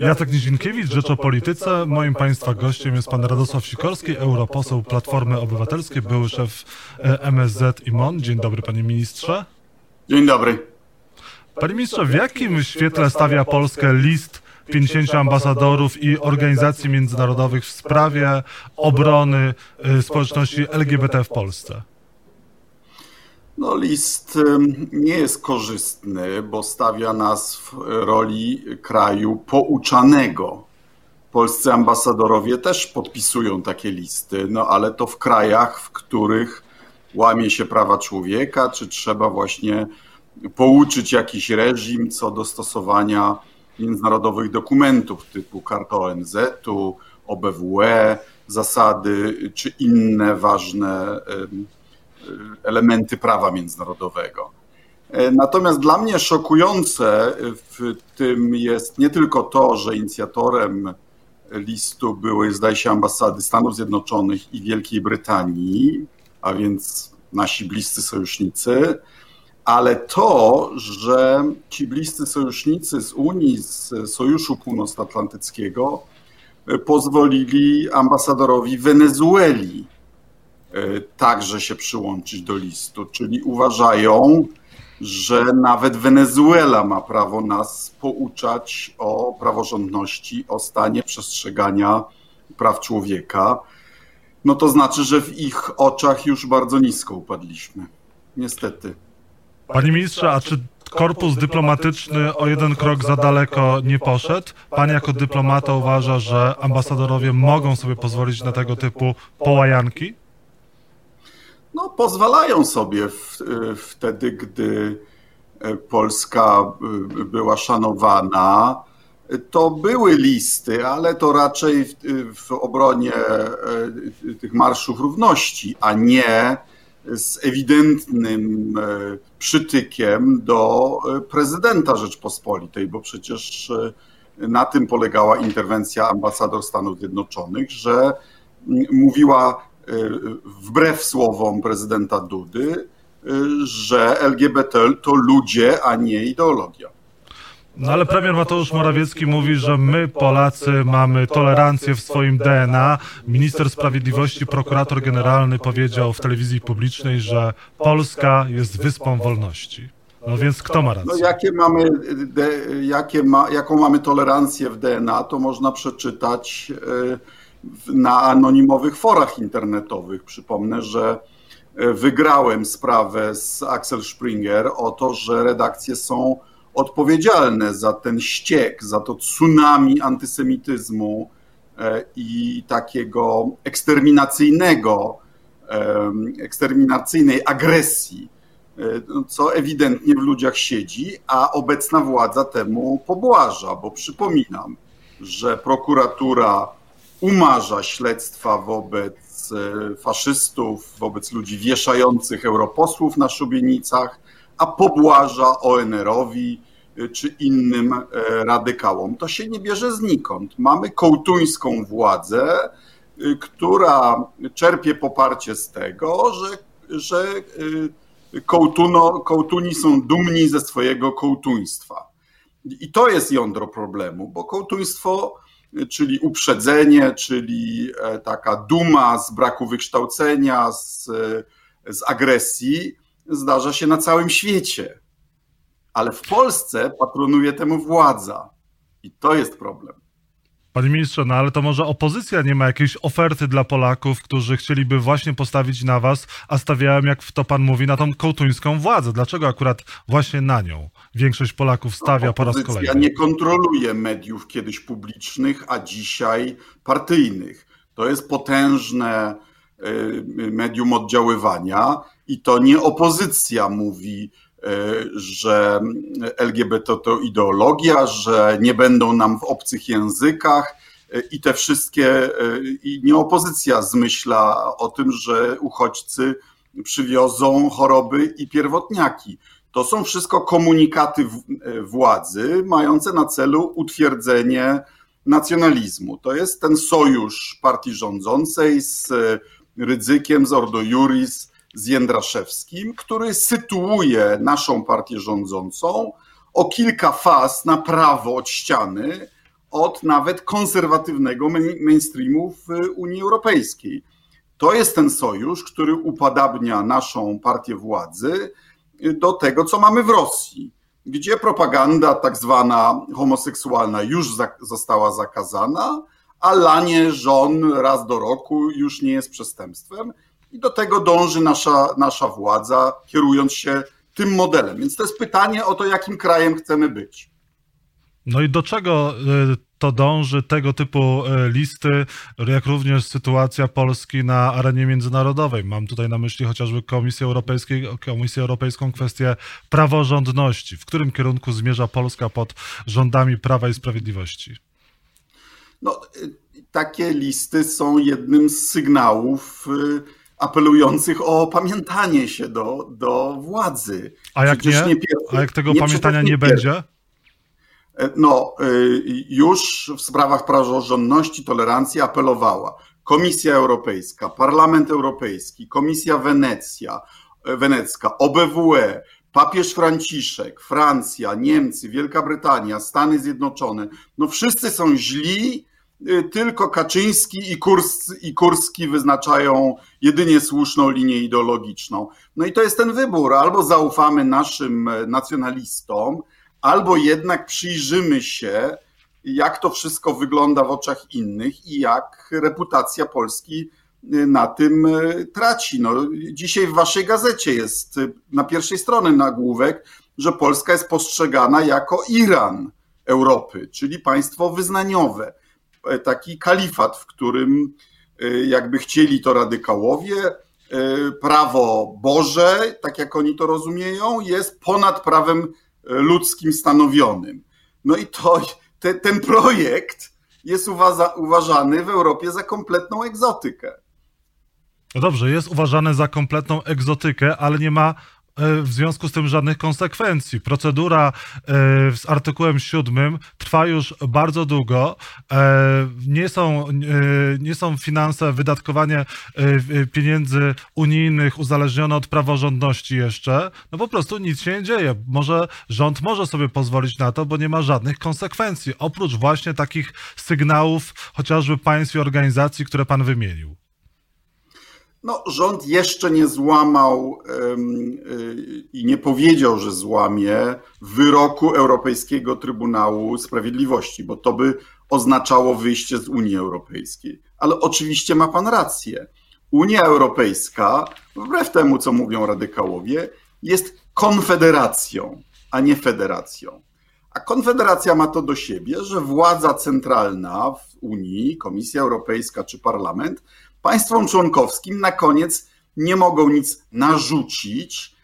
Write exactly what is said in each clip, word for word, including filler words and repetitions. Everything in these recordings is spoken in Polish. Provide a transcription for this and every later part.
Jacek Nizinkiewicz, Rzecz o Polityce. Moim Państwa gościem jest pan Radosław Sikorski, europoseł Platformy Obywatelskiej, były szef M S Z i M O N. Dzień dobry, panie ministrze. Dzień dobry. Panie ministrze, w jakim świetle stawia Polskę list pięćdziesięciu ambasadorów i organizacji międzynarodowych w sprawie obrony społeczności L G B T w Polsce? No, list nie jest korzystny, bo stawia nas w roli kraju pouczanego. Polscy ambasadorowie też podpisują takie listy, no ale to w krajach, w których łamie się prawa człowieka, czy trzeba właśnie pouczyć jakiś reżim co do stosowania międzynarodowych dokumentów typu Karta O N Z u, O B W E, zasady czy inne ważne elementy prawa międzynarodowego. Natomiast dla mnie szokujące w tym jest nie tylko to, że inicjatorem listu były, zdaje się, ambasady Stanów Zjednoczonych i Wielkiej Brytanii, a więc nasi bliscy sojusznicy, ale to, że ci bliscy sojusznicy z Unii, z Sojuszu Północnoatlantyckiego pozwolili ambasadorowi Wenezueli także się przyłączyć do listu, czyli uważają, że nawet Wenezuela ma prawo nas pouczać o praworządności, o stanie przestrzegania praw człowieka. No to znaczy, że w ich oczach już bardzo nisko upadliśmy. Niestety. Panie ministrze, a czy korpus dyplomatyczny o jeden krok za daleko nie poszedł? Pan jako dyplomata uważa, że ambasadorowie mogą sobie pozwolić na tego typu połajanki? No, pozwalają sobie w, wtedy, gdy Polska była szanowana. To były listy, ale to raczej w, w obronie tych marszów równości, a nie z ewidentnym przytykiem do prezydenta Rzeczpospolitej, bo przecież na tym polegała interwencja ambasador Stanów Zjednoczonych, że mówiła wbrew słowom prezydenta Dudy, że L G B T to ludzie, a nie ideologia. No ale premier Mateusz Morawiecki mówi, że my, Polacy, mamy tolerancję w swoim D N A. Minister Sprawiedliwości, prokurator generalny powiedział w telewizji publicznej, że Polska jest wyspą wolności. No więc kto ma rację? No jakie mamy, jakie ma, jaką mamy tolerancję w D N A, to można przeczytać na anonimowych forach internetowych. Przypomnę, że wygrałem sprawę z Axel Springer o to, że redakcje są odpowiedzialne za ten ściek, za to tsunami antysemityzmu i takiego eksterminacyjnego, eksterminacyjnej agresji, co ewidentnie w ludziach siedzi, a obecna władza temu pobłaża, bo przypominam, że prokuratura umarza śledztwa wobec faszystów, wobec ludzi wieszających europosłów na szubienicach, a pobłaża O N R-owi czy innym radykałom. To się nie bierze znikąd. Mamy kołtuńską władzę, która czerpie poparcie z tego, że, że kołtuno, kołtuni są dumni ze swojego kołtuństwa. I to jest jądro problemu, bo kołtuństwo, czyli uprzedzenie, czyli taka duma z braku wykształcenia, z, z agresji, zdarza się na całym świecie. Ale w Polsce patronuje temu władza. I to jest problem. Panie ministrze, no ale to może opozycja nie ma jakiejś oferty dla Polaków, którzy chcieliby właśnie postawić na was, a stawiają, jak to pan mówi, na tą kołtuńską władzę. Dlaczego akurat właśnie na nią większość Polaków stawia po raz kolejny? Opozycja nie kontroluje mediów kiedyś publicznych, a dzisiaj partyjnych. To jest potężne medium oddziaływania i to nie opozycja mówi, że L G B T to ideologia, że nie będą nam w obcych językach i te wszystkie, i nie opozycja zmyśla o tym, że uchodźcy przywiozą choroby i pierwotniaki. To są wszystko komunikaty władzy mające na celu utwierdzenie nacjonalizmu. To jest ten sojusz partii rządzącej z Rydzykiem, z Ordo Iuris, z Jędraszewskim, który sytuuje naszą partię rządzącą o kilka faz na prawo od ściany od nawet konserwatywnego mainstreamu w Unii Europejskiej. To jest ten sojusz, który upadabnia naszą partię władzy do tego, co mamy w Rosji, gdzie propaganda tak zwana homoseksualna już za, została zakazana, a lanie żon raz do roku już nie jest przestępstwem. I do tego dąży nasza, nasza władza, kierując się tym modelem. Więc to jest pytanie o to, jakim krajem chcemy być. No i do czego to dąży tego typu listy, jak również sytuacja Polski na arenie międzynarodowej? Mam tutaj na myśli chociażby Komisję Europejską, Komisję Europejską kwestię praworządności. W którym kierunku zmierza Polska pod rządami Prawa i Sprawiedliwości? No, takie listy są jednym z sygnałów apelujących o opamiętanie się do, do władzy. A jak nie? nie pierwszy, A jak tego opamiętania nie, nie będzie? No, już w sprawach praworządności, tolerancji apelowała Komisja Europejska, Parlament Europejski, Komisja Wenecja, Wenecka, O B W E, papież Franciszek, Francja, Niemcy, Wielka Brytania, Stany Zjednoczone. No wszyscy są źli, tylko Kaczyński i Kurski, i Kurski wyznaczają jedynie słuszną linię ideologiczną. No i to jest ten wybór. Albo zaufamy naszym nacjonalistom, albo jednak przyjrzymy się, jak to wszystko wygląda w oczach innych i jak reputacja Polski na tym traci. No, dzisiaj w waszej gazecie jest na pierwszej stronie nagłówek, że Polska jest postrzegana jako Iran Europy, czyli państwo wyznaniowe. Taki kalifat, w którym jakby chcieli to radykałowie, prawo Boże, tak jak oni to rozumieją, jest ponad prawem ludzkim stanowionym. No i to, te, ten projekt jest uważa, uważany w Europie za kompletną egzotykę. No dobrze, jest uważany za kompletną egzotykę, ale nie ma w związku z tym żadnych konsekwencji. Procedura z artykułem siódmym trwa już bardzo długo. Nie są, nie są finanse, wydatkowanie pieniędzy unijnych uzależnione od praworządności jeszcze. No po prostu nic się nie dzieje. Może rząd może sobie pozwolić na to, bo nie ma żadnych konsekwencji. Oprócz właśnie takich sygnałów chociażby państw i organizacji, które pan wymienił. No, rząd jeszcze nie złamał yy, i nie powiedział, że złamie wyroku Europejskiego Trybunału Sprawiedliwości, bo to by oznaczało wyjście z Unii Europejskiej. Ale oczywiście ma pan rację. Unia Europejska, wbrew temu, co mówią radykałowie, jest konfederacją, a nie federacją. A konfederacja ma to do siebie, że władza centralna w Unii, Komisja Europejska czy Parlament, państwom członkowskim na koniec nie mogą nic narzucić,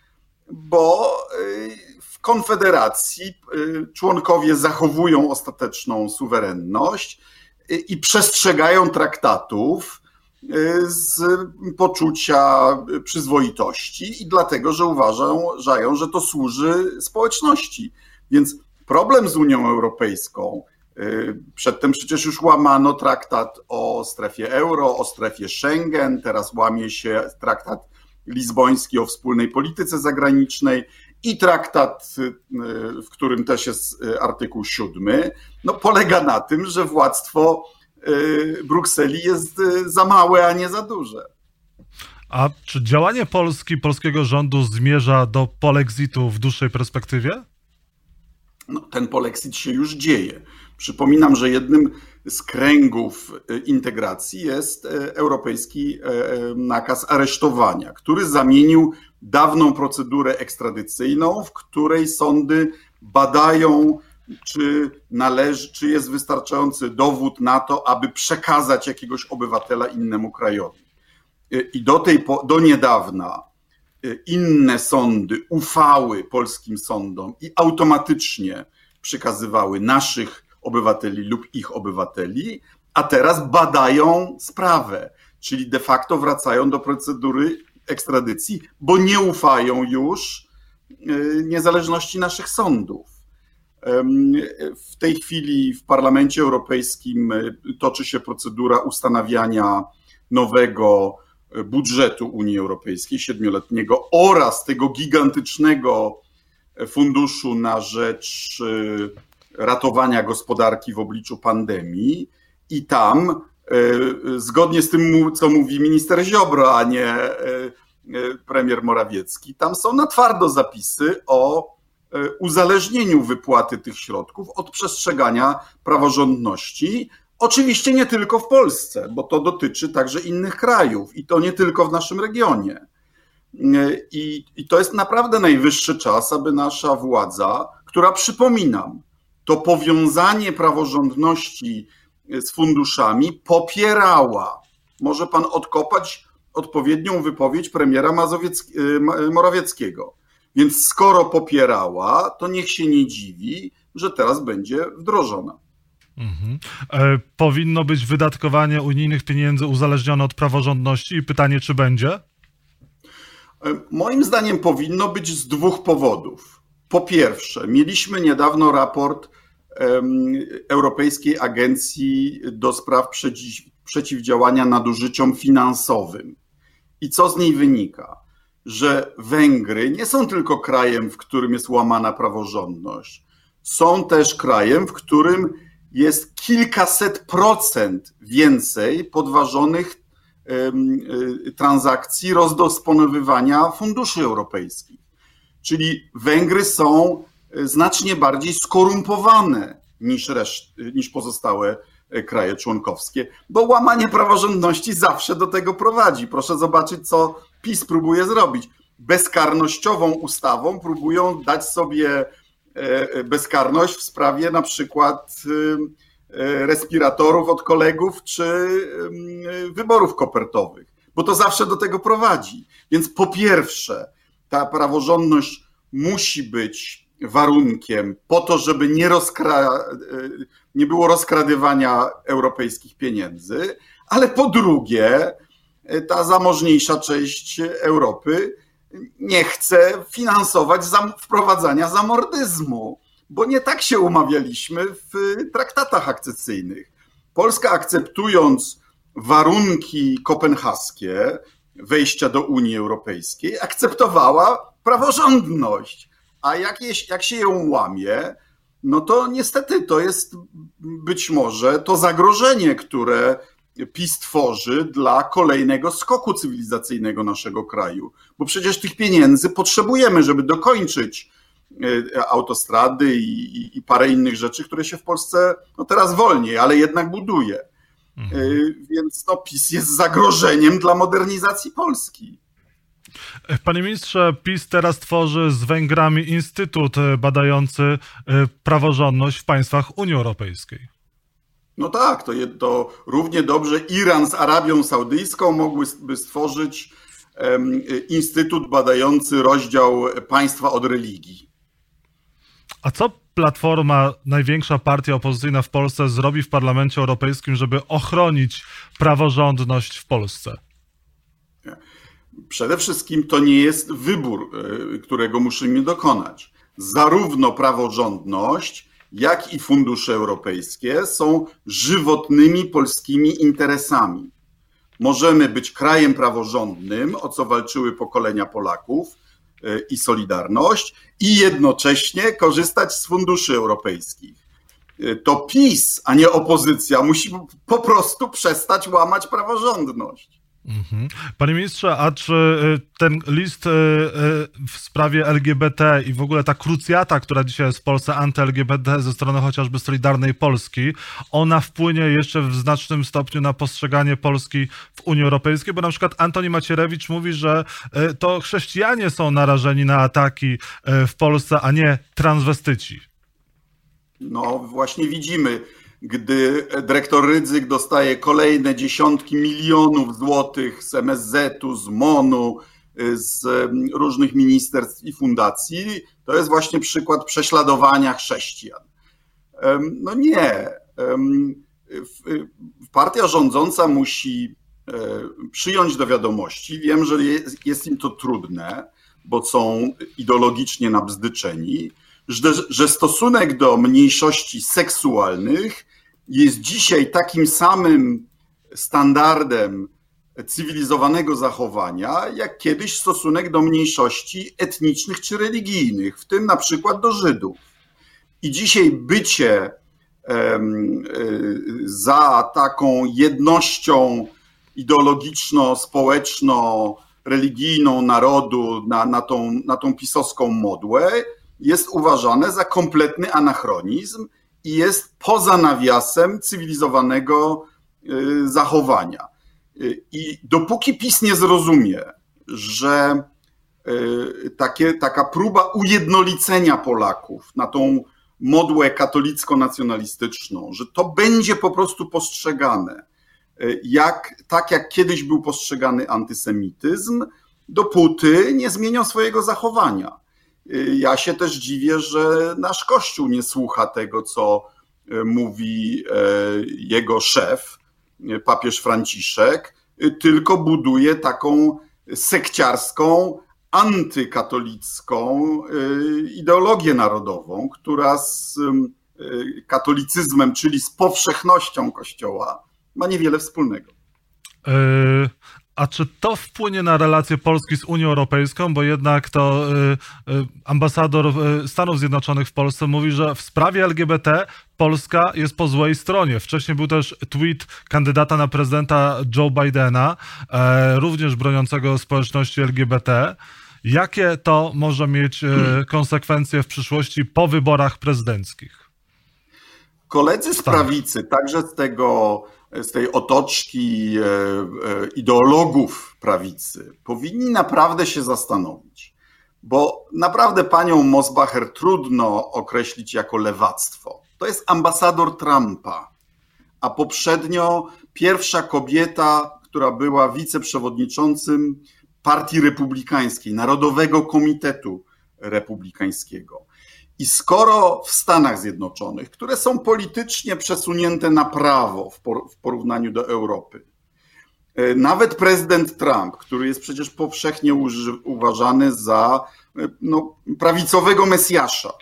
bo w konfederacji członkowie zachowują ostateczną suwerenność i przestrzegają traktatów z poczucia przyzwoitości i dlatego, że uważają, że to służy społeczności. Więc problem z Unią Europejską, przedtem przecież już łamano traktat o strefie euro, o strefie Schengen, teraz łamie się traktat lizboński o wspólnej polityce zagranicznej i traktat, w którym też jest artykuł siódmy, no polega na tym, że władztwo Brukseli jest za małe, a nie za duże. A czy działanie Polski, polskiego rządu zmierza do polexitu w dłuższej perspektywie? No, ten polexit się już dzieje. Przypominam, że jednym z kręgów integracji jest europejski nakaz aresztowania, który zamienił dawną procedurę ekstradycyjną, w której sądy badają, czy należy, czy jest wystarczający dowód na to, aby przekazać jakiegoś obywatela innemu krajowi. I do tej, do niedawna inne sądy ufały polskim sądom i automatycznie przekazywały naszych obywateli lub ich obywateli, a teraz badają sprawę, czyli de facto wracają do procedury ekstradycji, bo nie ufają już niezależności naszych sądów. W tej chwili w Parlamencie Europejskim toczy się procedura ustanawiania nowego budżetu Unii Europejskiej, siedmioletniego, oraz tego gigantycznego funduszu na rzecz ratowania gospodarki w obliczu pandemii i tam, zgodnie z tym, co mówi minister Ziobro, a nie premier Morawiecki, tam są na twardo zapisy o uzależnieniu wypłaty tych środków od przestrzegania praworządności. Oczywiście nie tylko w Polsce, bo to dotyczy także innych krajów i to nie tylko w naszym regionie. I, i to jest naprawdę najwyższy czas, aby nasza władza, która, przypominam, to powiązanie praworządności z funduszami popierała. Może pan odkopać odpowiednią wypowiedź premiera Mazowiecki, Morawieckiego. Więc skoro popierała, to niech się nie dziwi, że teraz będzie wdrożona. Mhm. E, powinno być wydatkowanie unijnych pieniędzy uzależnione od praworządności i pytanie, czy będzie? E, moim zdaniem powinno być z dwóch powodów. Po pierwsze, mieliśmy niedawno raport um, Europejskiej Agencji do Spraw Przeciw, Przeciwdziałania Nadużyciom Finansowym. I co z niej wynika? Że Węgry nie są tylko krajem, w którym jest łamana praworządność. Są też krajem, w którym jest kilkaset procent więcej podważonych transakcji rozdysponowywania funduszy europejskich. Czyli Węgry są znacznie bardziej skorumpowane niż, reszt, niż pozostałe kraje członkowskie, bo łamanie praworządności zawsze do tego prowadzi. Proszę zobaczyć, co PiS próbuje zrobić. Bezkarnościową ustawą próbują dać sobie bezkarność w sprawie na przykład respiratorów od kolegów czy wyborów kopertowych, bo to zawsze do tego prowadzi. Więc po pierwsze, ta praworządność musi być warunkiem po to, żeby nie, rozkra... nie było rozkradywania europejskich pieniędzy, ale po drugie, ta zamożniejsza część Europy nie chce finansować zam... wprowadzania zamordyzmu, bo nie tak się umawialiśmy w traktatach akcesyjnych. Polska, akceptując warunki kopenhaskie wejścia do Unii Europejskiej, akceptowała praworządność. A jak, je, jak się ją łamie, no to niestety to jest być może to zagrożenie, które PiS tworzy dla kolejnego skoku cywilizacyjnego naszego kraju. Bo przecież tych pieniędzy potrzebujemy, żeby dokończyć autostrady i, i, i parę innych rzeczy, które się w Polsce no teraz wolniej, ale jednak buduje. Mhm. Więc no, PiS jest zagrożeniem dla modernizacji Polski. Panie ministrze, PiS teraz tworzy z Węgrami instytut badający praworządność w państwach Unii Europejskiej. No tak, to, to równie dobrze Iran z Arabią Saudyjską mogłyby stworzyć um, instytut badający rozdział państwa od religii. A co Platforma, największa partia opozycyjna w Polsce, zrobi w Parlamencie Europejskim, żeby ochronić praworządność w Polsce? Przede wszystkim to nie jest wybór, którego musimy dokonać. Zarówno praworządność, jak i fundusze europejskie są żywotnymi polskimi interesami. Możemy być krajem praworządnym, o co walczyły pokolenia Polaków i Solidarność, i jednocześnie korzystać z funduszy europejskich. To PiS, a nie opozycja, musi po prostu przestać łamać praworządność. Panie ministrze, a czy ten list w sprawie L G B T i w ogóle ta krucjata, która dzisiaj jest w Polsce anty-L G B T ze strony chociażby Solidarnej Polski, ona wpłynie jeszcze w znacznym stopniu na postrzeganie Polski w Unii Europejskiej? Bo na przykład Antoni Macierewicz mówi, że to chrześcijanie są narażeni na ataki w Polsce, a nie transwestyci. No właśnie widzimy, gdy dyrektor Rydzyk dostaje kolejne dziesiątki milionów złotych z M S Z-u, z M O N-u, z różnych ministerstw i fundacji, to jest właśnie przykład prześladowania chrześcijan. No nie. Partia rządząca musi przyjąć do wiadomości, wiem, że jest im to trudne, bo są ideologicznie nabzdyczeni, że, że stosunek do mniejszości seksualnych jest dzisiaj takim samym standardem cywilizowanego zachowania, jak kiedyś stosunek do mniejszości etnicznych czy religijnych, w tym na przykład do Żydów. I dzisiaj bycie za taką jednością ideologiczno-społeczno-religijną narodu na, na, tą, na tą pisowską modłę jest uważane za kompletny anachronizm i jest poza nawiasem cywilizowanego zachowania. I dopóki PiS nie zrozumie, że takie, taka próba ujednolicenia Polaków na tą modłę katolicko-nacjonalistyczną, że to będzie po prostu postrzegane jak, tak, jak kiedyś był postrzegany antysemityzm, dopóty nie zmienią swojego zachowania. Ja się też dziwię, że nasz Kościół nie słucha tego, co mówi jego szef, papież Franciszek, tylko buduje taką sekciarską, antykatolicką ideologię narodową, która z katolicyzmem, czyli z powszechnością Kościoła, ma niewiele wspólnego. Yy, a czy to wpłynie na relacje Polski z Unią Europejską? Bo jednak to yy, yy, ambasador yy, Stanów Zjednoczonych w Polsce mówi, że w sprawie L G B T Polska jest po złej stronie. Wcześniej był też tweet kandydata na prezydenta Joe Bidena, yy, również broniącego społeczności L G B T. Jakie to może mieć yy, konsekwencje w przyszłości po wyborach prezydenckich? Koledzy z prawicy, także z tego z tej otoczki ideologów prawicy, powinni naprawdę się zastanowić, bo naprawdę panią Mosbacher trudno określić jako lewactwo. To jest ambasador Trumpa, a poprzednio pierwsza kobieta, która była wiceprzewodniczącym Partii Republikańskiej, Narodowego Komitetu Republikańskiego. I skoro w Stanach Zjednoczonych, które są politycznie przesunięte na prawo w porównaniu do Europy, nawet prezydent Trump, który jest przecież powszechnie uważany za no, prawicowego mesjasza,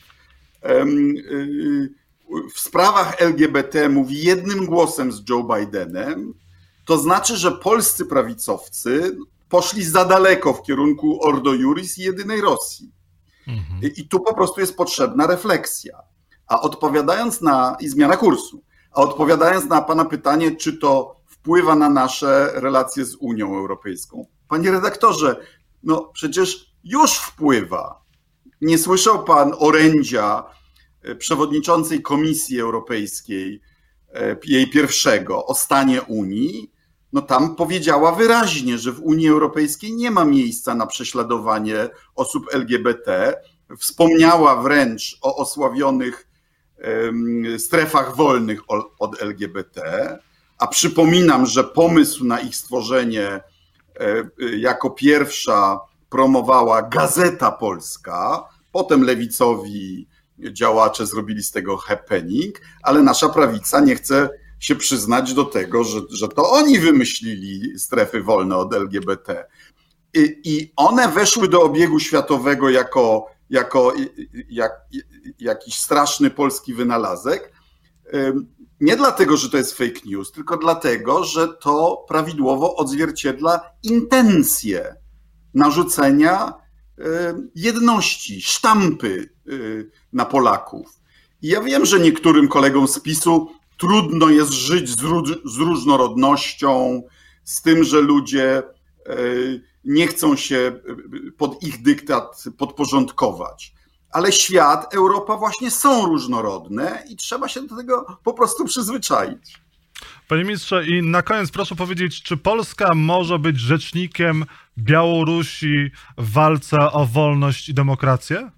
w sprawach L G B T mówi jednym głosem z Joe Bidenem, to znaczy, że polscy prawicowcy poszli za daleko w kierunku Ordo Iuris i jedynej Rosji. I tu po prostu jest potrzebna refleksja. A odpowiadając na, i zmiana kursu, a odpowiadając na pana pytanie, czy to wpływa na nasze relacje z Unią Europejską. Panie redaktorze, no przecież już wpływa. Nie słyszał pan orędzia przewodniczącej Komisji Europejskiej, jej pierwszego, o stanie Unii? No tam powiedziała wyraźnie, że w Unii Europejskiej nie ma miejsca na prześladowanie osób L G B T. Wspomniała wręcz o osławionych strefach wolnych od L G B T, a przypominam, że pomysł na ich stworzenie jako pierwsza promowała Gazeta Polska, potem lewicowi działacze zrobili z tego happening, ale nasza prawica nie chce się przyznać do tego, że, że to oni wymyślili strefy wolne od L G B T. I, i one weszły do obiegu światowego jako, jako jak, jakiś straszny polski wynalazek. Nie dlatego, że to jest fake news, tylko dlatego, że to prawidłowo odzwierciedla intencje narzucenia jedności, sztampy na Polaków. I ja wiem, że niektórym kolegom z PiSu trudno jest żyć z, róż, z różnorodnością, z tym, że ludzie nie chcą się pod ich dyktat podporządkować. Ale świat, Europa właśnie są różnorodne i trzeba się do tego po prostu przyzwyczaić. Panie ministrze, i na koniec proszę powiedzieć, czy Polska może być rzecznikiem Białorusi w walce o wolność i demokrację?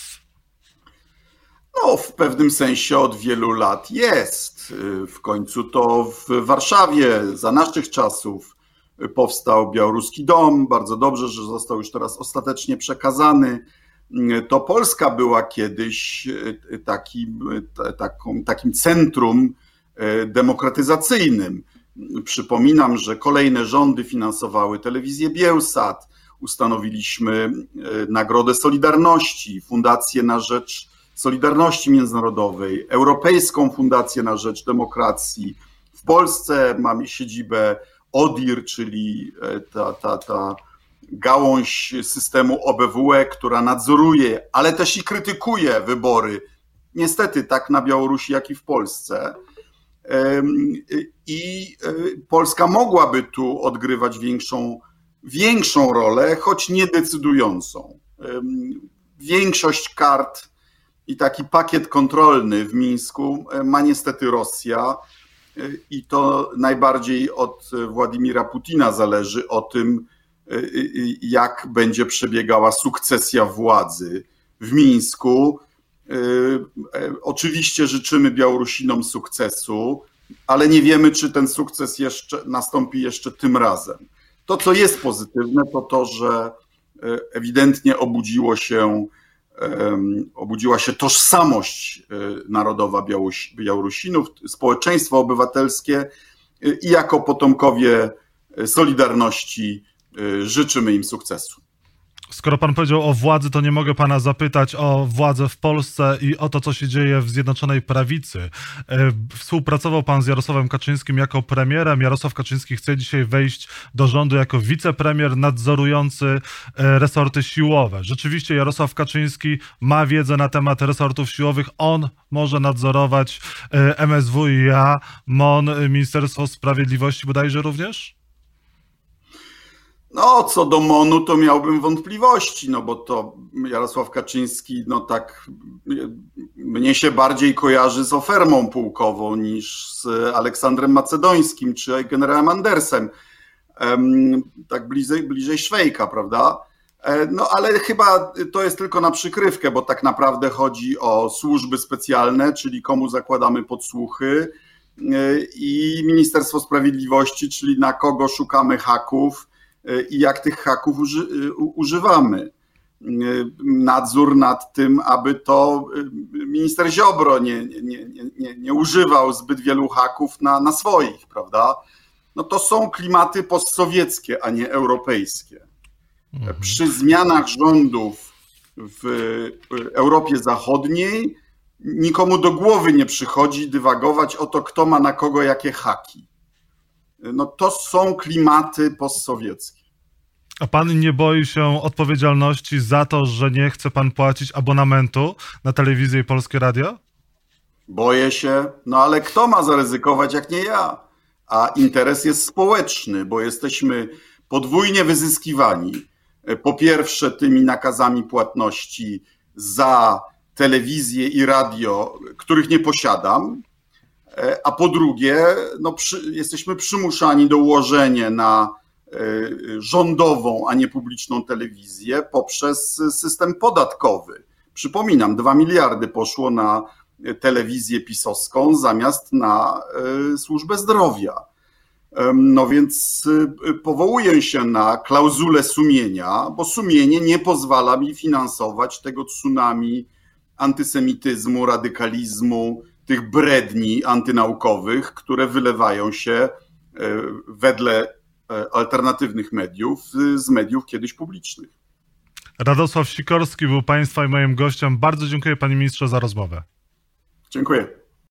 No, w pewnym sensie od wielu lat jest. W końcu to w Warszawie za naszych czasów powstał Białoruski Dom. Bardzo dobrze, że został już teraz ostatecznie przekazany. To Polska była kiedyś takim, taką, takim centrum demokratyzacyjnym. Przypominam, że kolejne rządy finansowały telewizję Bielsat, ustanowiliśmy Nagrodę Solidarności, Fundację na rzecz Solidarności Międzynarodowej, Europejską Fundację na rzecz Demokracji. W Polsce mamy siedzibę O D I R, czyli ta, ta, ta gałąź systemu O B W E, która nadzoruje, ale też i krytykuje wybory Niestety tak na Białorusi, jak i w Polsce. I Polska mogłaby tu odgrywać większą, większą rolę, choć nie decydującą. Większość kart i taki pakiet kontrolny w Mińsku ma niestety Rosja i to najbardziej od Władimira Putina zależy o tym, jak będzie przebiegała sukcesja władzy w Mińsku. Oczywiście życzymy Białorusinom sukcesu, ale nie wiemy, czy ten sukces jeszcze nastąpi jeszcze tym razem. To, co jest pozytywne, to to, że ewidentnie obudziło się, obudziła się tożsamość narodowa Białorusinów, społeczeństwo obywatelskie i jako potomkowie Solidarności życzymy im sukcesu. Skoro pan powiedział o władzy, to nie mogę pana zapytać o władzę w Polsce i o to, co się dzieje w Zjednoczonej Prawicy. Współpracował pan z Jarosławem Kaczyńskim jako premierem. Jarosław Kaczyński chce dzisiaj wejść do rządu jako wicepremier nadzorujący resorty siłowe. Rzeczywiście Jarosław Kaczyński ma wiedzę na temat resortów siłowych. On może nadzorować M S W i A, M O N, Ministerstwo Sprawiedliwości bodajże również? No, co do M O N-u, to miałbym wątpliwości, no bo to Jarosław Kaczyński, no tak, mnie się bardziej kojarzy z ofermą pułkową niż z Aleksandrem Macedońskim czy generałem Andersem. Tak bliżej, bliżej Szwejka, prawda? No ale chyba to jest tylko na przykrywkę, bo tak naprawdę chodzi o służby specjalne, czyli komu zakładamy podsłuchy, i Ministerstwo Sprawiedliwości, czyli na kogo szukamy haków i jak tych haków uży, używamy. Nadzór nad tym, aby to minister Ziobro nie, nie, nie, nie używał zbyt wielu haków na, na swoich, prawda? No to są klimaty postsowieckie, a nie europejskie. Mhm. Przy zmianach rządów w Europie Zachodniej nikomu do głowy nie przychodzi dywagować o to, kto ma na kogo jakie haki. No to są klimaty postsowieckie. A pan nie boi się odpowiedzialności za to, że nie chce pan płacić abonamentu na telewizję i Polskie Radio? Boję się, no ale kto ma zaryzykować jak nie ja? A interes jest społeczny, bo jesteśmy podwójnie wyzyskiwani. Po pierwsze tymi nakazami płatności za telewizję i radio, których nie posiadam, a po drugie no, przy, jesteśmy przymuszani do ułożenia na y, rządową, a nie publiczną telewizję poprzez system podatkowy. Przypominam, dwa miliardy poszło na telewizję pisowską zamiast na y, służbę zdrowia. No więc powołuję się na klauzulę sumienia, bo sumienie nie pozwala mi finansować tego tsunami antysemityzmu, radykalizmu, tych bredni antynaukowych, które wylewają się wedle alternatywnych mediów z mediów kiedyś publicznych. Radosław Sikorski był państwa i moim gościem. Bardzo dziękuję, panie ministrze, za rozmowę. Dziękuję.